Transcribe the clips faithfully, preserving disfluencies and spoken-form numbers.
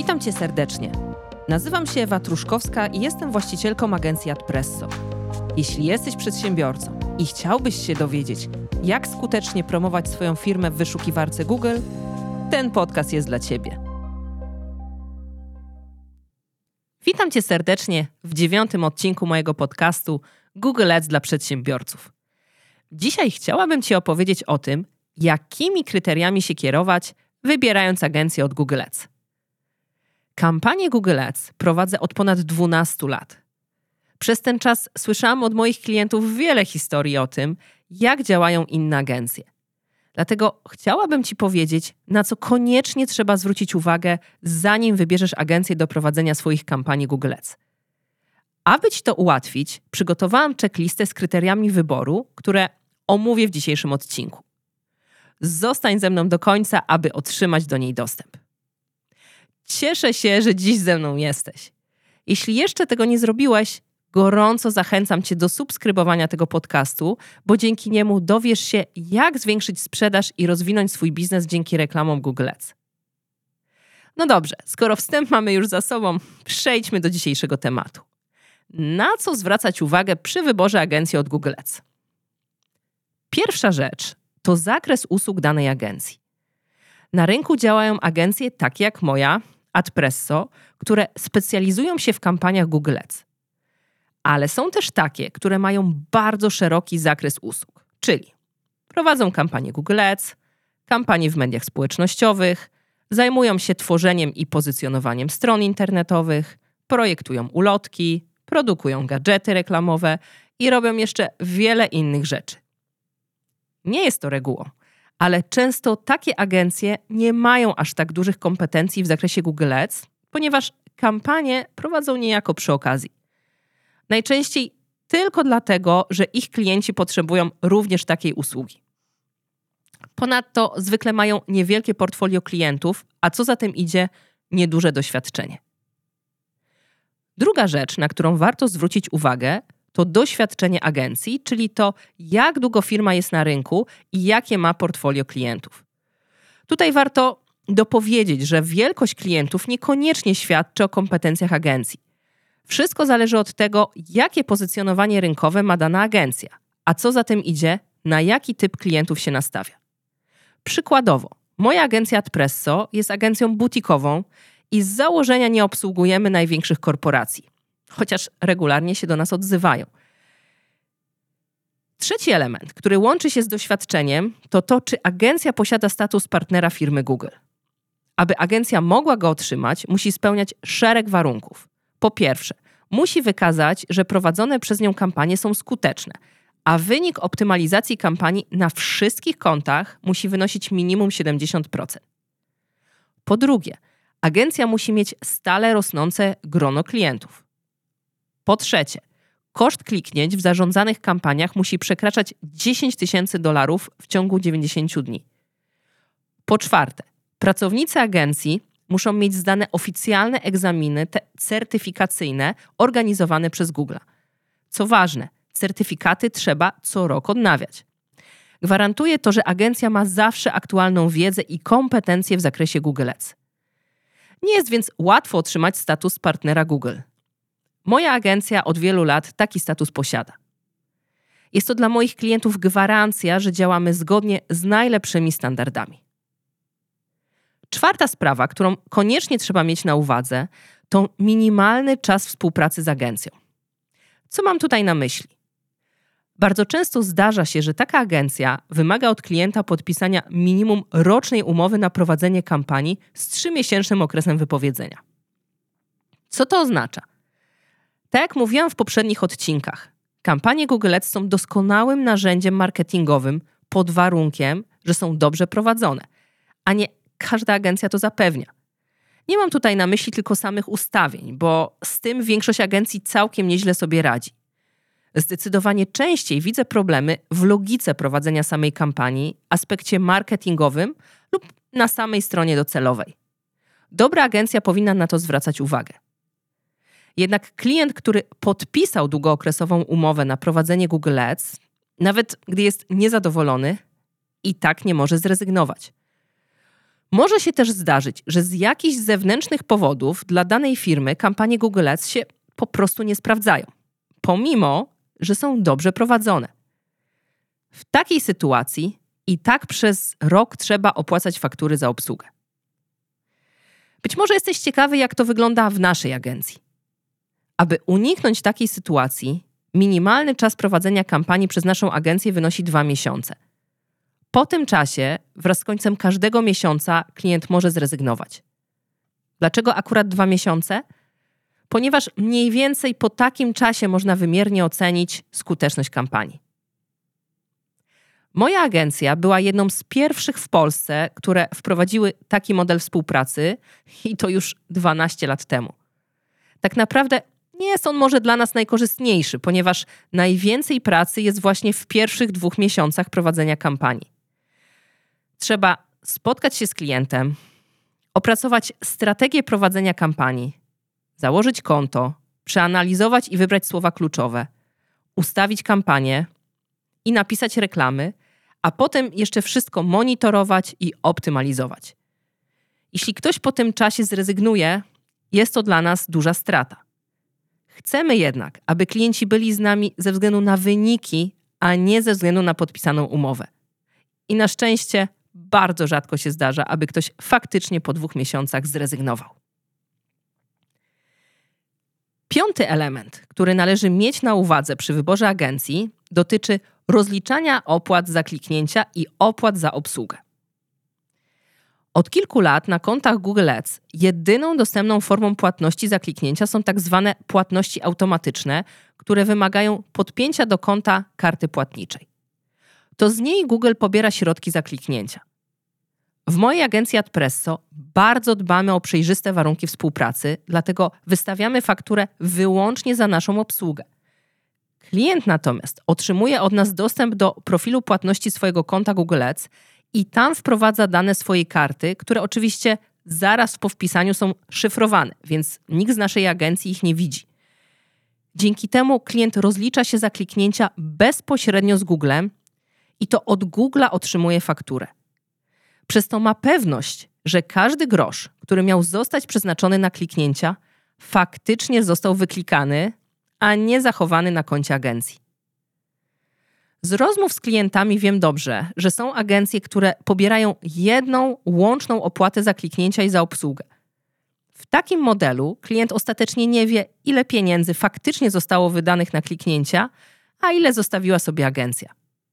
Witam Cię serdecznie. Nazywam się Ewa Truszkowska i jestem właścicielką agencji Adpresso. Jeśli jesteś przedsiębiorcą i chciałbyś się dowiedzieć, jak skutecznie promować swoją firmę w wyszukiwarce Google, ten podcast jest dla Ciebie. Witam Cię serdecznie w dziewiątym odcinku mojego podcastu Google Ads dla przedsiębiorców. Dzisiaj chciałabym Ci opowiedzieć o tym, jakimi kryteriami się kierować, wybierając agencję od Google Ads. Kampanię Google Ads prowadzę od ponad dwunastu lat. Przez ten czas słyszałam od moich klientów wiele historii o tym, jak działają inne agencje. Dlatego chciałabym Ci powiedzieć, na co koniecznie trzeba zwrócić uwagę, zanim wybierzesz agencję do prowadzenia swoich kampanii Google Ads. Aby Ci to ułatwić, przygotowałam checklistę z kryteriami wyboru, które omówię w dzisiejszym odcinku. Zostań ze mną do końca, aby otrzymać do niej dostęp. Cieszę się, że dziś ze mną jesteś. Jeśli jeszcze tego nie zrobiłeś, gorąco zachęcam Cię do subskrybowania tego podcastu, bo dzięki niemu dowiesz się, jak zwiększyć sprzedaż i rozwinąć swój biznes dzięki reklamom Google Ads. No dobrze, skoro wstęp mamy już za sobą, przejdźmy do dzisiejszego tematu. Na co zwracać uwagę przy wyborze agencji od Google Ads? Pierwsza rzecz to zakres usług danej agencji. Na rynku działają agencje takie jak moja, Adpresso, które specjalizują się w kampaniach Google Ads. Ale są też takie, które mają bardzo szeroki zakres usług, czyli prowadzą kampanie Google Ads, kampanie w mediach społecznościowych, zajmują się tworzeniem i pozycjonowaniem stron internetowych, projektują ulotki, produkują gadżety reklamowe i robią jeszcze wiele innych rzeczy. Nie jest to regułą, ale często takie agencje nie mają aż tak dużych kompetencji w zakresie Google Ads, ponieważ kampanie prowadzą niejako przy okazji. Najczęściej tylko dlatego, że ich klienci potrzebują również takiej usługi. Ponadto zwykle mają niewielkie portfolio klientów, a co za tym idzie, nieduże doświadczenie. Druga rzecz, na którą warto zwrócić uwagę, to doświadczenie agencji, czyli to, jak długo firma jest na rynku i jakie ma portfolio klientów. Tutaj warto dopowiedzieć, że wielkość klientów niekoniecznie świadczy o kompetencjach agencji. Wszystko zależy od tego, jakie pozycjonowanie rynkowe ma dana agencja, a co za tym idzie, na jaki typ klientów się nastawia. Przykładowo, moja agencja Adpresso jest agencją butikową i z założenia nie obsługujemy największych korporacji, chociaż regularnie się do nas odzywają. Trzeci element, który łączy się z doświadczeniem, to to, czy agencja posiada status partnera firmy Google. Aby agencja mogła go otrzymać, musi spełniać szereg warunków. Po pierwsze, musi wykazać, że prowadzone przez nią kampanie są skuteczne, a wynik optymalizacji kampanii na wszystkich kontach musi wynosić minimum siedemdziesiąt procent. Po drugie, agencja musi mieć stale rosnące grono klientów. Po trzecie, koszt kliknięć w zarządzanych kampaniach musi przekraczać dziesięć tysięcy dolarów w ciągu dziewięćdziesięciu dni. Po czwarte, pracownicy agencji muszą mieć zdane oficjalne egzaminy te certyfikacyjne organizowane przez Google. Co ważne, certyfikaty trzeba co rok odnawiać. Gwarantuje to, że agencja ma zawsze aktualną wiedzę i kompetencje w zakresie Google Ads. Nie jest więc łatwo otrzymać status partnera Google. Moja agencja od wielu lat taki status posiada. Jest to dla moich klientów gwarancja, że działamy zgodnie z najlepszymi standardami. Czwarta sprawa, którą koniecznie trzeba mieć na uwadze, to minimalny czas współpracy z agencją. Co mam tutaj na myśli? Bardzo często zdarza się, że taka agencja wymaga od klienta podpisania minimum rocznej umowy na prowadzenie kampanii z trzymiesięcznym okresem wypowiedzenia. Co to oznacza? Tak jak mówiłam w poprzednich odcinkach, kampanie Google Ads są doskonałym narzędziem marketingowym pod warunkiem, że są dobrze prowadzone, a nie każda agencja to zapewnia. Nie mam tutaj na myśli tylko samych ustawień, bo z tym większość agencji całkiem nieźle sobie radzi. Zdecydowanie częściej widzę problemy w logice prowadzenia samej kampanii, aspekcie marketingowym lub na samej stronie docelowej. Dobra agencja powinna na to zwracać uwagę. Jednak klient, który podpisał długookresową umowę na prowadzenie Google Ads, nawet gdy jest niezadowolony, i tak nie może zrezygnować. Może się też zdarzyć, że z jakichś zewnętrznych powodów dla danej firmy kampanie Google Ads się po prostu nie sprawdzają, pomimo że są dobrze prowadzone. W takiej sytuacji i tak przez rok trzeba opłacać faktury za obsługę. Być może jesteś ciekawy, jak to wygląda w naszej agencji. Aby uniknąć takiej sytuacji, minimalny czas prowadzenia kampanii przez naszą agencję wynosi dwa miesiące. Po tym czasie, wraz z końcem każdego miesiąca, klient może zrezygnować. Dlaczego akurat dwa miesiące? Ponieważ mniej więcej po takim czasie można wymiernie ocenić skuteczność kampanii. Moja agencja była jedną z pierwszych w Polsce, które wprowadziły taki model współpracy i to już dwanaście lat temu. Tak naprawdę nie jest on może dla nas najkorzystniejszy, ponieważ najwięcej pracy jest właśnie w pierwszych dwóch miesiącach prowadzenia kampanii. Trzeba spotkać się z klientem, opracować strategię prowadzenia kampanii, założyć konto, przeanalizować i wybrać słowa kluczowe, ustawić kampanię i napisać reklamy, a potem jeszcze wszystko monitorować i optymalizować. Jeśli ktoś po tym czasie zrezygnuje, jest to dla nas duża strata. Chcemy jednak, aby klienci byli z nami ze względu na wyniki, a nie ze względu na podpisaną umowę. I na szczęście bardzo rzadko się zdarza, aby ktoś faktycznie po dwóch miesiącach zrezygnował. Piąty element, który należy mieć na uwadze przy wyborze agencji, dotyczy rozliczania opłat za kliknięcia i opłat za obsługę. Od kilku lat na kontach Google Ads jedyną dostępną formą płatności za kliknięcia są tak zwane płatności automatyczne, które wymagają podpięcia do konta karty płatniczej. To z niej Google pobiera środki za kliknięcia. W mojej agencji Adpresso bardzo dbamy o przejrzyste warunki współpracy, dlatego wystawiamy fakturę wyłącznie za naszą obsługę. Klient natomiast otrzymuje od nas dostęp do profilu płatności swojego konta Google Ads i tam wprowadza dane swojej karty, które oczywiście zaraz po wpisaniu są szyfrowane, więc nikt z naszej agencji ich nie widzi. Dzięki temu klient rozlicza się za kliknięcia bezpośrednio z Googlem i to od Google'a otrzymuje fakturę. Przez to ma pewność, że każdy grosz, który miał zostać przeznaczony na kliknięcia, faktycznie został wyklikany, a nie zachowany na koncie agencji. Z rozmów z klientami wiem dobrze, że są agencje, które pobierają jedną łączną opłatę za kliknięcia i za obsługę. W takim modelu klient ostatecznie nie wie, ile pieniędzy faktycznie zostało wydanych na kliknięcia, a ile zostawiła sobie agencja.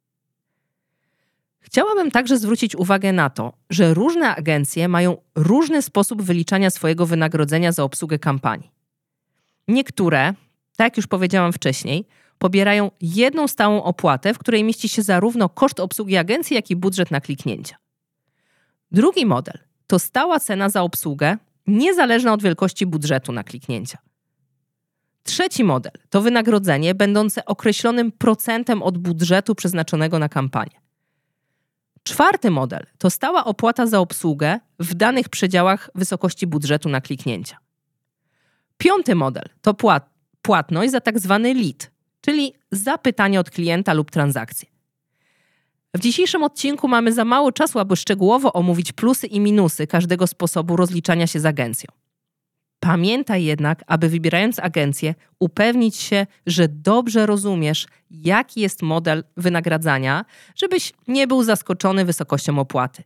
Chciałabym także zwrócić uwagę na to, że różne agencje mają różny sposób wyliczania swojego wynagrodzenia za obsługę kampanii. Niektóre, tak jak już powiedziałam wcześniej, pobierają jedną stałą opłatę, w której mieści się zarówno koszt obsługi agencji, jak i budżet na kliknięcia. Drugi model to stała cena za obsługę, niezależna od wielkości budżetu na kliknięcia. Trzeci model to wynagrodzenie będące określonym procentem od budżetu przeznaczonego na kampanię. Czwarty model to stała opłata za obsługę w danych przedziałach wysokości budżetu na kliknięcia. Piąty model to płat, płatność za tak zwany lead, czyli zapytanie od klienta lub transakcję. W dzisiejszym odcinku mamy za mało czasu, aby szczegółowo omówić plusy i minusy każdego sposobu rozliczania się z agencją. Pamiętaj jednak, aby wybierając agencję, upewnić się, że dobrze rozumiesz, jaki jest model wynagradzania, żebyś nie był zaskoczony wysokością opłaty.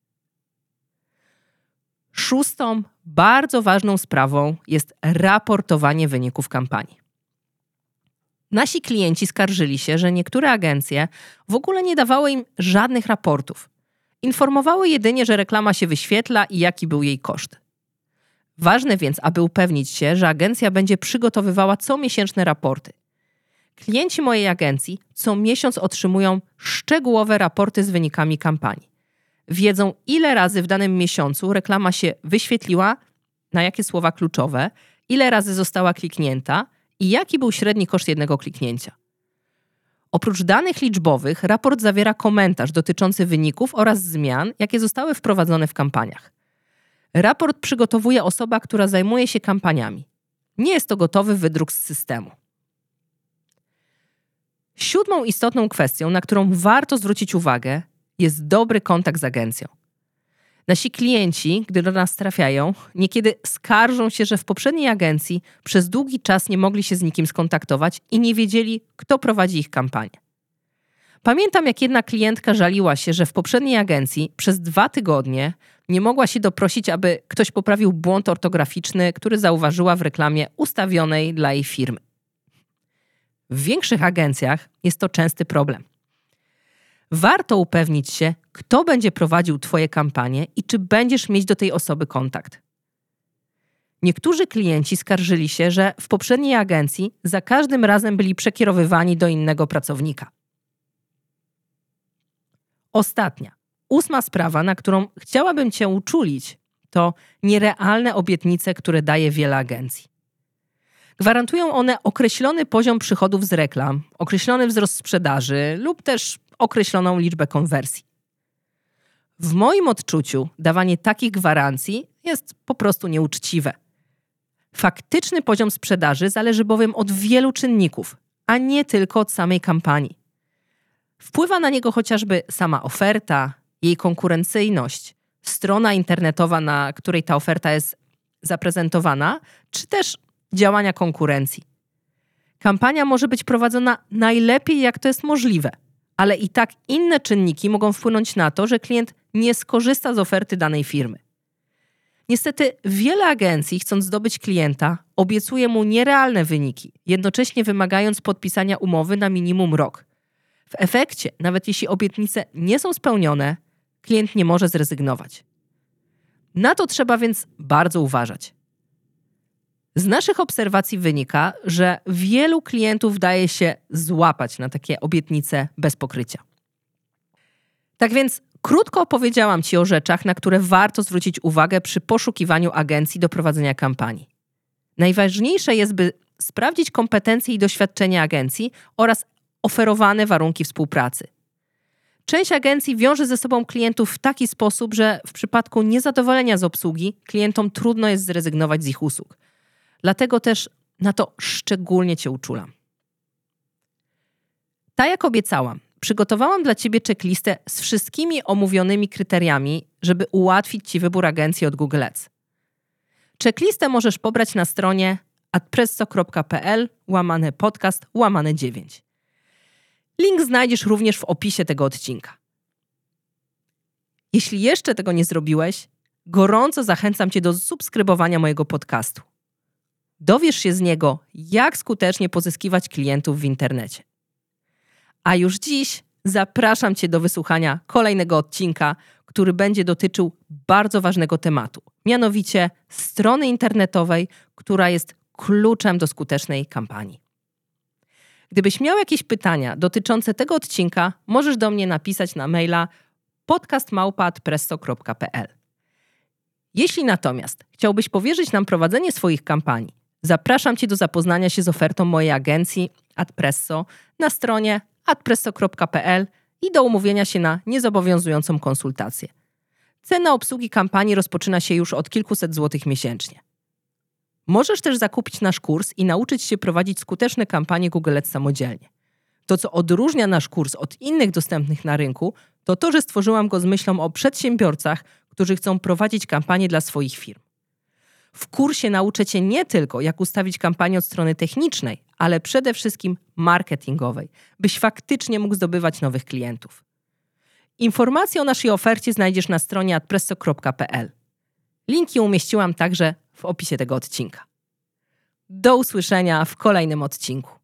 Szóstą, bardzo ważną sprawą jest raportowanie wyników kampanii. Nasi klienci skarżyli się, że niektóre agencje w ogóle nie dawały im żadnych raportów. Informowały jedynie, że reklama się wyświetla i jaki był jej koszt. Ważne więc, aby upewnić się, że agencja będzie przygotowywała comiesięczne raporty. Klienci mojej agencji co miesiąc otrzymują szczegółowe raporty z wynikami kampanii. Wiedzą, ile razy w danym miesiącu reklama się wyświetliła, na jakie słowa kluczowe, ile razy została kliknięta i jaki był średni koszt jednego kliknięcia. Oprócz danych liczbowych, raport zawiera komentarz dotyczący wyników oraz zmian, jakie zostały wprowadzone w kampaniach. Raport przygotowuje osoba, która zajmuje się kampaniami. Nie jest to gotowy wydruk z systemu. Siódmą istotną kwestią, na którą warto zwrócić uwagę, jest dobry kontakt z agencją. Nasi klienci, gdy do nas trafiają, niekiedy skarżą się, że w poprzedniej agencji przez długi czas nie mogli się z nikim skontaktować i nie wiedzieli, kto prowadzi ich kampanię. Pamiętam, jak jedna klientka żaliła się, że w poprzedniej agencji przez dwa tygodnie nie mogła się doprosić, aby ktoś poprawił błąd ortograficzny, który zauważyła w reklamie ustawionej dla jej firmy. W większych agencjach jest to częsty problem. Warto upewnić się, kto będzie prowadził Twoje kampanie i czy będziesz mieć do tej osoby kontakt. Niektórzy klienci skarżyli się, że w poprzedniej agencji za każdym razem byli przekierowywani do innego pracownika. Ostatnia, ósma sprawa, na którą chciałabym Cię uczulić, to nierealne obietnice, które daje wiele agencji. Gwarantują one określony poziom przychodów z reklam, określony wzrost sprzedaży lub też określoną liczbę konwersji. W moim odczuciu dawanie takich gwarancji jest po prostu nieuczciwe. Faktyczny poziom sprzedaży zależy bowiem od wielu czynników, a nie tylko od samej kampanii. Wpływa na niego chociażby sama oferta, jej konkurencyjność, strona internetowa, na której ta oferta jest zaprezentowana, czy też działania konkurencji. Kampania może być prowadzona najlepiej, jak to jest możliwe, ale i tak inne czynniki mogą wpłynąć na to, że klient nie skorzysta z oferty danej firmy. Niestety wiele agencji, chcąc zdobyć klienta, obiecuje mu nierealne wyniki, jednocześnie wymagając podpisania umowy na minimum rok. W efekcie, nawet jeśli obietnice nie są spełnione, klient nie może zrezygnować. Na to trzeba więc bardzo uważać. Z naszych obserwacji wynika, że wielu klientów daje się złapać na takie obietnice bez pokrycia. Tak więc krótko opowiedziałam Ci o rzeczach, na które warto zwrócić uwagę przy poszukiwaniu agencji do prowadzenia kampanii. Najważniejsze jest, by sprawdzić kompetencje i doświadczenie agencji oraz oferowane warunki współpracy. Część agencji wiąże ze sobą klientów w taki sposób, że w przypadku niezadowolenia z obsługi klientom trudno jest zrezygnować z ich usług. Dlatego też na to szczególnie Cię uczulam. Tak jak obiecałam, przygotowałam dla Ciebie checklistę z wszystkimi omówionymi kryteriami, żeby ułatwić Ci wybór agencji od Google Ads. Checklistę możesz pobrać na stronie adpresso.pl łamane podcast łamane dziewięć. Link znajdziesz również w opisie tego odcinka. Jeśli jeszcze tego nie zrobiłeś, gorąco zachęcam Cię do subskrybowania mojego podcastu. Dowiesz się z niego, jak skutecznie pozyskiwać klientów w internecie. A już dziś zapraszam Cię do wysłuchania kolejnego odcinka, który będzie dotyczył bardzo ważnego tematu, mianowicie strony internetowej, która jest kluczem do skutecznej kampanii. Gdybyś miał jakieś pytania dotyczące tego odcinka, możesz do mnie napisać na maila podcast małpa adpresso kropka p l. Jeśli natomiast chciałbyś powierzyć nam prowadzenie swoich kampanii, zapraszam Cię do zapoznania się z ofertą mojej agencji Adpresso na stronie adpresso kropka p l i do umówienia się na niezobowiązującą konsultację. Cena obsługi kampanii rozpoczyna się już od kilkuset złotych miesięcznie. Możesz też zakupić nasz kurs i nauczyć się prowadzić skuteczne kampanie Google Ads samodzielnie. To, co odróżnia nasz kurs od innych dostępnych na rynku, to to, że stworzyłam go z myślą o przedsiębiorcach, którzy chcą prowadzić kampanie dla swoich firm. W kursie nauczę Cię nie tylko, jak ustawić kampanię od strony technicznej, ale przede wszystkim marketingowej, byś faktycznie mógł zdobywać nowych klientów. Informacje o naszej ofercie znajdziesz na stronie adpresso kropka p l. Linki umieściłam także w opisie tego odcinka. Do usłyszenia w kolejnym odcinku.